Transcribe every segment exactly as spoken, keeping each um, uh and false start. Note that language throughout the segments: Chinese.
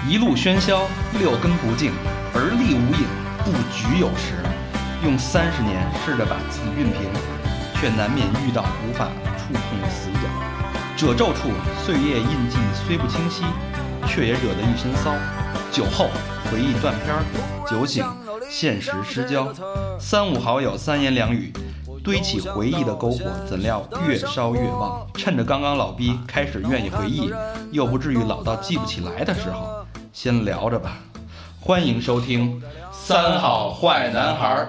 一路喧嚣，六根不净，而立无影，不局有时。用三十年试着把自己熨平，却难免遇到无法触碰的死角。褶皱处，岁月印记虽不清晰，却也惹得一身骚。酒后回忆断片，酒醒现实失焦。三五好友三言两语，堆起回忆的篝火，怎料越烧越旺。趁着刚刚老逼开始愿意回忆，又不至于老到记不起来的时候，先聊着吧。欢迎收听三好坏男孩。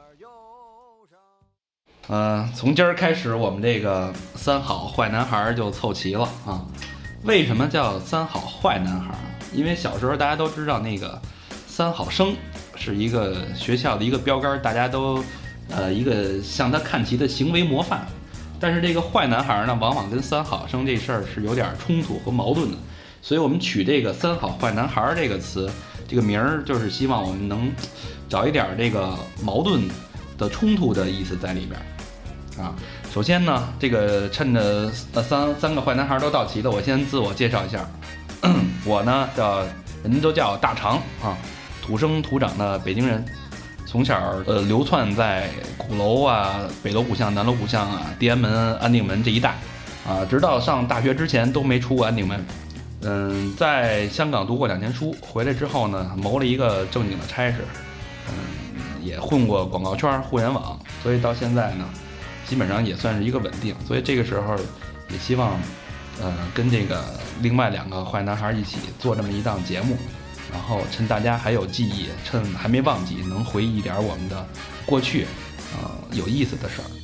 呃，从今儿开始，我们这个三好坏男孩就凑齐了啊。为什么叫三好坏男孩？因为小时候大家都知道那个三好生是一个学校的一个标杆，大家都呃一个向他看齐的行为模范。但是这个坏男孩呢，往往跟三好生这事儿是有点冲突和矛盾的，所以我们取这个三好坏男孩这个词，这个名儿就是希望我们能找一点这个矛盾的冲突的意思在里边。啊，首先呢，这个趁着呃三三个坏男孩都到齐了，我先自我介绍一下。我呢叫人都叫大长啊，土生土长的北京人，从小呃流窜在鼓楼啊、北锣鼓巷、南锣鼓巷啊、地安门、安定门这一带啊，直到上大学之前都没出过安定门。嗯，在香港读过两年书，回来之后呢，谋了一个正经的差事，嗯，也混过广告圈、互联网，所以到现在呢，基本上也算是一个稳定。所以这个时候也希望呃跟这个另外两个坏男孩一起做这么一档节目，然后趁大家还有记忆，趁还没忘记，能回忆一点我们的过去呃有意思的事儿。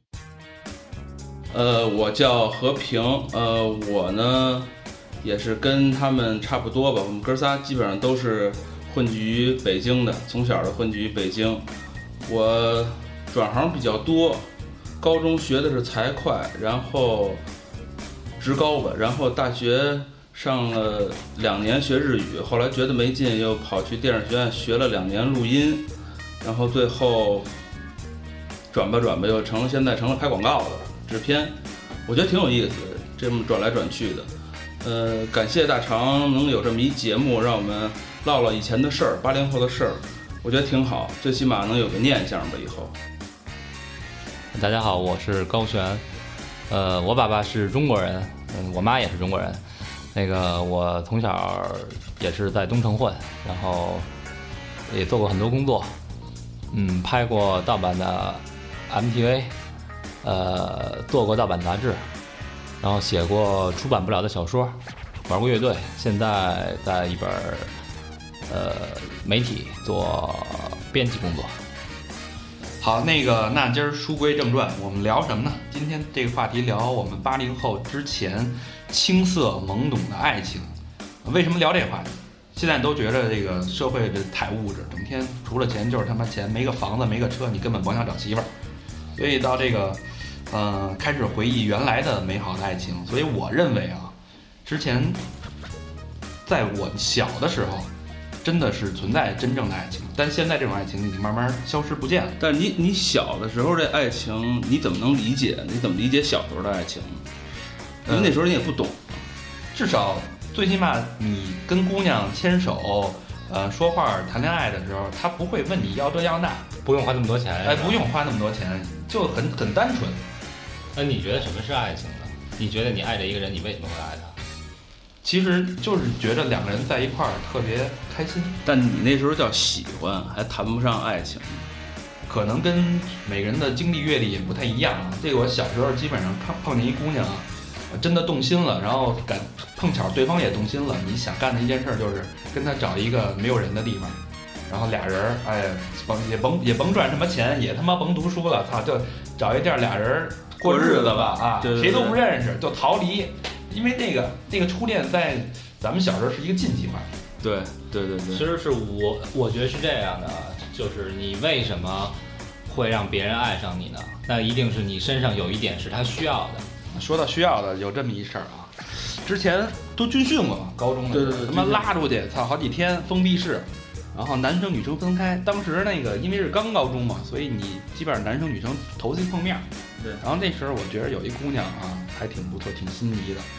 呃我叫和平，呃我呢也是跟他们差不多吧，我们哥仨基本上都是混迹于北京的，从小的混迹于北京。我转行比较多，高中学的是财会，然后职高吧，然后大学上了两年学日语，后来觉得没劲，又跑去电视学院学了两年录音，然后最后转吧转吧又成了现在成了拍广告的制片，我觉得挺有意思的，这么转来转去的。呃，感谢大长能有这么一节目，让我们唠唠以前的事儿，八零后的事儿，我觉得挺好，最起码能有个念想吧以后。 大家好，我是高璇，呃，我爸爸是中国人，嗯，我妈也是中国人。那个我从小也是在东城混，然后也做过很多工作，嗯，拍过盗版的 M T V， 呃，做过盗版杂志，然后写过出版不了的小说，玩过乐队，现在在一本呃媒体做编辑工作。 好，那个那今儿书归正传，我们聊什么呢？今天这个话题聊我们八零后之前青涩懵懂的爱情。为什么聊这个话题？现在都觉得这个社会的太物质，整天除了钱就是他妈钱，没个房子没个车，你根本甭想找媳妇儿。所以到这个呃开始回忆原来的美好的爱情。所以我认为啊，之前在我小的时候真的是存在真正的爱情，但现在这种爱情已经慢慢消失不见了。 但你你小的时候这爱情你怎么能理解？你怎么理解小时候的爱情？因为那时候你也不懂， 呃、至少最起码你跟姑娘牵手，呃，说话谈恋爱的时候，她不会问你要这要那， 不用花那么多钱， 哎，不用花那么多钱，就很很单纯。 那你觉得什么是爱情呢？你觉得你爱着一个人，你为什么会爱他？ 其实就是觉得两个人在一块儿特别开心， 但你那时候叫喜欢，还谈不上爱情， 可能跟每个人的经历阅历也不太一样啊。这个我小时候基本上碰碰见一姑娘啊，真的动心了，然后赶碰巧对方也动心了，你想干的一件事就是跟他找一个没有人的地方，然后俩人哎甭也甭也甭赚什么钱，也他妈甭读书了，操，就找一地儿俩人过日子吧啊， 对对对， 谁都不认识就逃离。因为那个那个初恋在咱们小时候是一个禁忌话题。 对对对对， 其实是我我觉得是这样的，就是你为什么会让别人爱上你呢？那一定是你身上有一点是他需要的。 说到需要的，有这么一事儿啊，之前都军训过嘛，高中的， 对对对， 他妈拉出去，操，好几天封闭式，然后男生女生分开。当时那个因为是刚高中嘛，所以你基本上男生女生头次碰面。 对， 然后那时候我觉得有一姑娘啊，还挺不错，挺心仪的。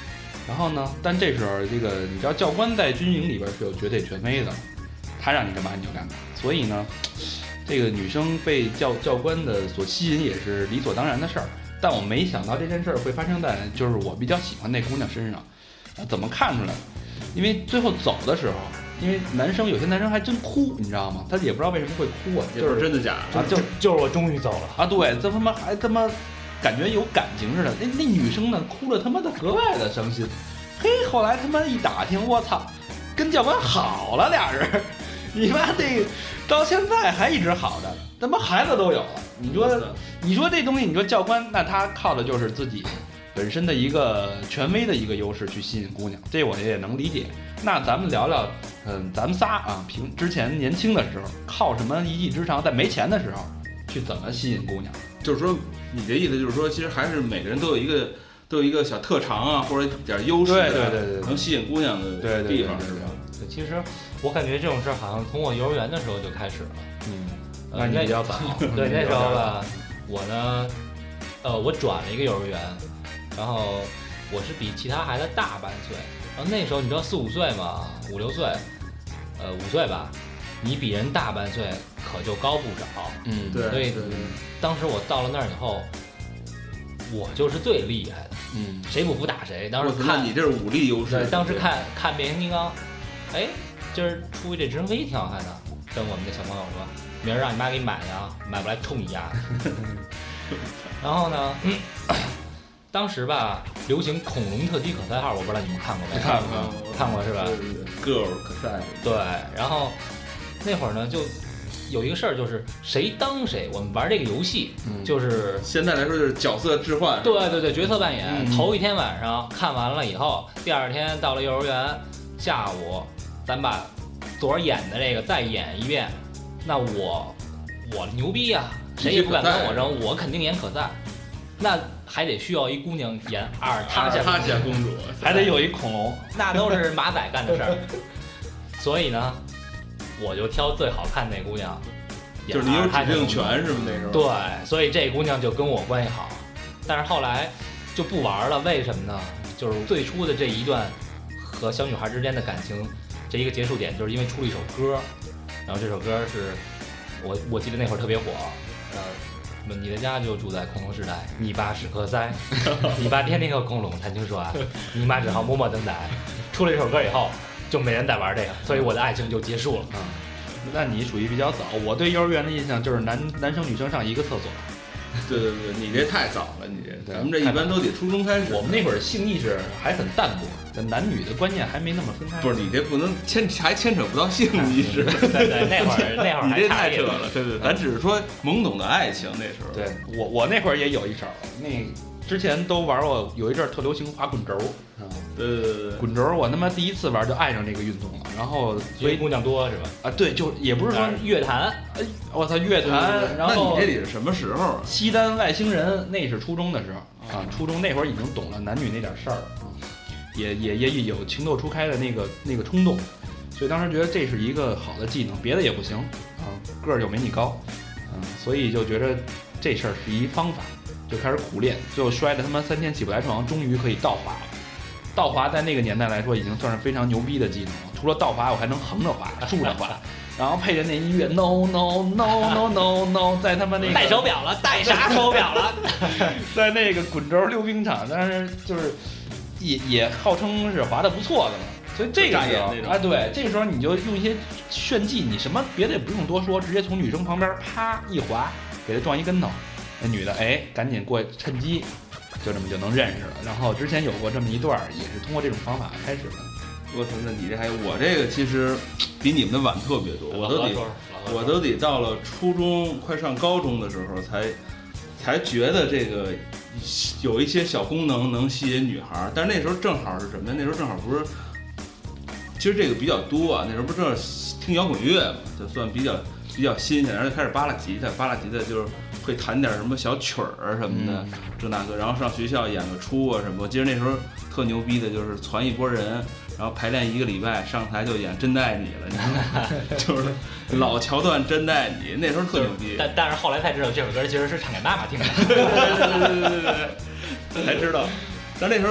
然后呢，但这时候这个你知道教官在军营里边是有绝对权威的，他让你干嘛你就干嘛。所以呢，这个女生被教教官的所吸引也是理所当然的事儿。但我没想到这件事儿会发生在就是我比较喜欢那姑娘身上。怎么看出来？因为最后走的时候，因为男生有些男生还真哭，你知道吗？他也不知道为什么会哭啊， 就是真的假的啊，就就是我终于走了啊，对，这他妈还他妈感觉有感情似的。那那女生呢，哭了他妈的格外的伤心。嘿，后来他妈一打听，我操，跟教官好了俩人，你妈这个到现在还一直好着，他妈孩子都有了。你说，你说这东西，你说教官，那他靠的就是自己本身的一个权威的一个优势去吸引姑娘，这我也能理解。那咱们聊聊，嗯，咱们仨啊，平之前年轻的时候靠什么一技之长，在没钱的时候去怎么吸引姑娘？ 就是说，你的意思就是说，其实还是每个人都有一个都有一个小特长啊，或者一点优势、啊， 对对对对， 能吸引姑娘的地方，是吧？ 对，其实我感觉这种事儿好像从我幼儿园的时候就开始了。 嗯， 呃、 那你比较早。 对，那时候吧，我呢，呃，我转了一个幼儿园。然后我是比其他孩子大半岁，然后那时候你知道四五岁嘛，五六岁，呃五岁吧，你比人大半岁可就高不少。 嗯， 对。 所以当时我到了那儿以后，我就是最厉害的， 嗯， 谁不服打谁。当时看你这是武力优势。 对，当时看看变形金刚，哎，今儿出这直升飞挺好看的，跟我们那小朋友说，明儿让你妈给你买去啊，买不来冲你丫。然后呢？嗯当时吧，流行恐龙特级可赛号，我不知道你们看过没？ 看过， 看过是吧？ 对对对 ，Girl 可赛。 对，然后那会儿呢，就有一个事儿，就是谁当谁。我们玩这个游戏， 嗯、 就是现在来说就是角色置换。 对对对，角色扮演。 嗯、 头一天晚上看完了以后，第二天到了幼儿园，下午咱把昨儿演的这个再演一遍。那我我牛逼呀、啊，谁也不敢跟我争，我肯定演可赛。那还得需要一姑娘演阿尔塔夏塔夏公主， 还得有一恐龙， 那都是马仔干的事儿。所以呢，我就挑最好看那姑娘， 就是你有指定权是吗？那时候对，所以这姑娘就跟我关系好。但是后来就不玩了，为什么呢？就是最初的这一段和小女孩之间的感情，这一个结束点，就是因为出了一首歌，然后这首歌是我我记得那会儿特别火，呃。你的家就住在恐龙时代，你爸是可赛，你爸天天和恐龙谈情说爱，你妈只好默默等待。出了这首歌以后，就没人再玩这个，所以我的爱情就结束了。 嗯，那你属于比较早。我对幼儿园的印象就是男男生女生上一个厕所。 对对对，你这太早了，你这咱们这一般都得初中开始。 我们那会儿性意识还很淡薄，这男女的观念还没那么分开。 不是你这不能牵还牵扯不到性意识。 对对，那会儿那会儿你这太扯了。对对，咱只是说懵懂的爱情那时候。 对我我那会儿也有一手，那之前都玩过，有一阵儿特流行滑滚轴。 对对对对， 滚轴我他妈第一次玩就爱上这个运动了，然后所以姑娘多是吧？ 啊，对，就也不是说乐坛， 哎，我操乐坛，然后那你这里是什么时候？ 西单外星人那是初中的时候啊，初中那会儿已经懂了男女那点事儿了啊，也也也有情窦初开的那个那个冲动，所以当时觉得这是一个好的技能，别的也不行啊，个儿又没你高，嗯，所以就觉得这事儿是一方法，就开始苦练，最后摔得他妈三天起不来床，终于可以倒滑了。倒滑在那个年代来说已经算是非常牛逼的技能了，除了倒滑我还能横着滑、竖着滑，然后配着那音乐 no no no no no no， 在他妈那个戴手表了，戴啥手表了？ 在那个滚轴溜冰场，但是就是也也号称是滑得不错的了。所以这个时候啊，对，这个时候你就用一些炫技，你什么别的也不用多说，直接从女生旁边啪一滑，给她撞一跟头，那女的哎赶紧过趁机。就这么就能认识了，然后之前有过这么一段，也是通过这种方法开始的。 我操，那你这还有我这个其实比你们的晚特别多，我都得我都得到了初中快上高中的时候才才觉得这个有一些小功能能吸引女孩，但是那时候正好是什么呀？那时候正好不是，其实这个比较多啊，那时候不正好听摇滚乐嘛，就算比较比较新鲜，然后就开始扒拉吉他，扒拉吉他就是。会弹点什么小曲儿什么的，这那个，然后上学校演个出啊什么。我记得那时候特牛逼的，就是攒一拨人，然后排练一个礼拜，上台就演《真的爱你》了，你知道吗？就是老桥段《真的爱你》，那时候特牛逼。 但但是后来才知道这首歌其实是唱给妈妈听的， 对对对对对对，才知道。但那时候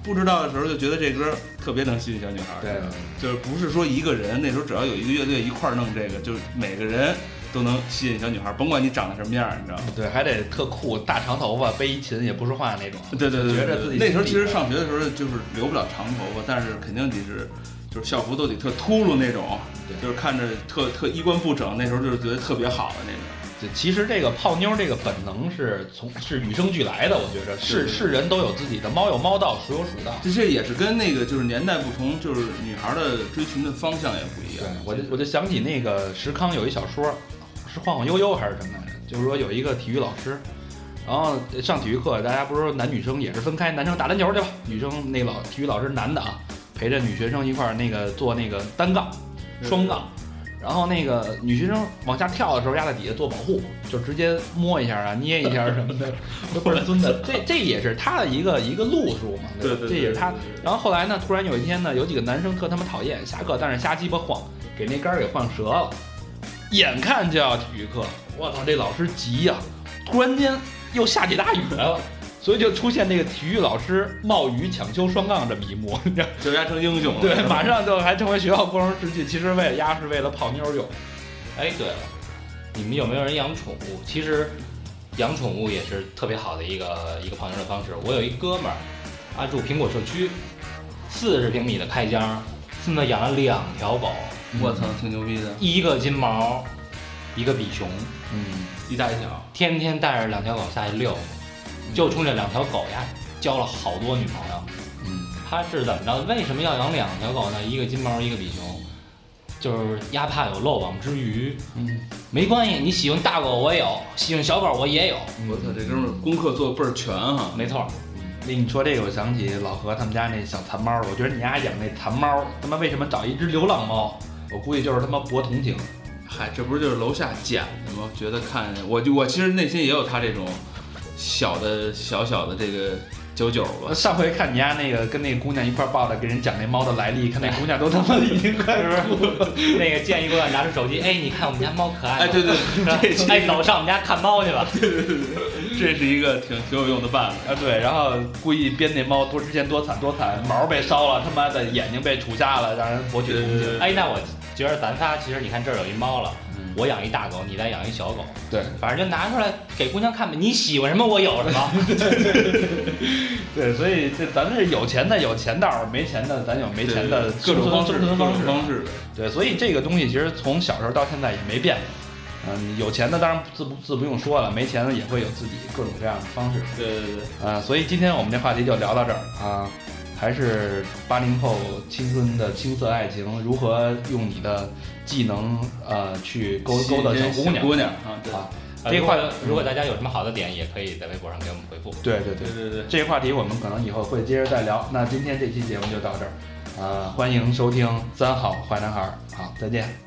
不知道的时候就觉得这歌特别能吸引小女孩。 对， 就是不是说一个人，那时候只要有一个乐队一块儿弄这个，就是每个人都能吸引小女孩，甭管你长得什么样，你知道吗？ 对，还得特酷，大长头发，背一琴也不说话那种。 对对对， 觉得自己那时候其实上学的时候就是留不了长头发，但是肯定得是就是校服都得特秃噜那种，就是看着特特衣冠不整，那时候就是觉得特别好的那种。 就其实这个泡妞这个本能是从是与生俱来的，我觉得是是人都有自己的，猫有猫道，鼠有鼠道。 这这也是跟那个就是年代不同，就是女孩的追寻的方向也不一样。 对，我就我就想起那个石康有一小说，是晃晃悠悠还是什么来着？就是说有一个体育老师，然后上体育课，大家不是说男女生也是分开，男生打篮球去吧，女生那老体育老师男的啊，陪着女学生一块儿那个做那个单杠、双杠。然后那个女学生往下跳的时候，压在底下做保护，就直接摸一下啊、捏一下什么的，都倍儿孙子。这这也是他的一个一个路数嘛，对吧？ 对对对对对， 这也是他。然后后来呢，突然有一天呢，有几个男生特他妈讨厌，下课但是瞎鸡巴晃，给那杆儿给晃折了。眼看就要体育课，我操，这老师急呀、啊！突然间又下起大雨来了。所以就出现这个体育老师冒雨抢修双杠这么一幕，你知道， 就压成英雄了。 对，马上就还成为学校光荣事迹。其实为了压是为了泡妞用。 哎，对了，你们有没有人养宠物？其实养宠物也是特别好的一个一个泡妞的方式。我有一哥们儿，他住苹果社区，四十平米的开间，现在养了两条狗。 我操，挺牛逼的。 一个金毛，一个比熊， 嗯， 一大一小， 天天带着两条狗下去遛。就冲这两条狗呀，交了好多女朋友。 嗯， 他是怎么着？为什么要养两条狗呢？一个金毛，一个比熊，就是压怕有漏网之鱼。 嗯， 没关系，你喜欢大狗我也有，喜欢小狗我也有。 我操，这哥们儿功课做倍儿全哈。 没错。 那你说这个，我想起老何他们家那小残猫。我觉得你家养那残猫，他妈为什么找一只流浪猫？我估计就是他妈博同情。 嗨，这不是就是楼下捡的吗？觉得看我就我其实内心也有他这种。小的小小的这个九九吧。 上回看你家那个跟那个姑娘一块抱着，给人讲那猫的来历，看那姑娘都他妈已经快是那个建议姑娘拿出手机，哎，你看我们家猫可爱。 哎，对对对， 这哎，走上我们家看猫去吧。 对对对对，这是一个挺挺有用的办法啊。对，然后故意编那猫多之前多惨多惨，毛被烧了，他妈的眼睛被杵瞎了，让人博取同情。 哎，那我觉得咱仨其实你看这儿有一猫了。我养一大狗，你再养一小狗， 对， 反正就拿出来给姑娘看呗。你喜欢什么，我有什么。 对，所以这咱这有钱的有钱道，没钱的咱有没钱的各种方式， 生存方式方式。 对，所以这个东西其实从小时候到现在也没变。嗯，有钱的当然自不自不用说了，没钱的也会有自己各种各样的方式。 对对对。 啊，所以今天我们这话题就聊到这儿啊。还是八零后青春的青涩爱情，如何用你的技能呃去勾勾搭小姑娘？ 姑娘啊，对啊， 这一块如果大家有什么好的点，也可以在微博上给我们回复。 对对对对对对， 这个话题我们可能以后会接着再聊。那今天这期节目就到这儿，啊，欢迎收听三好坏男孩，好，再见。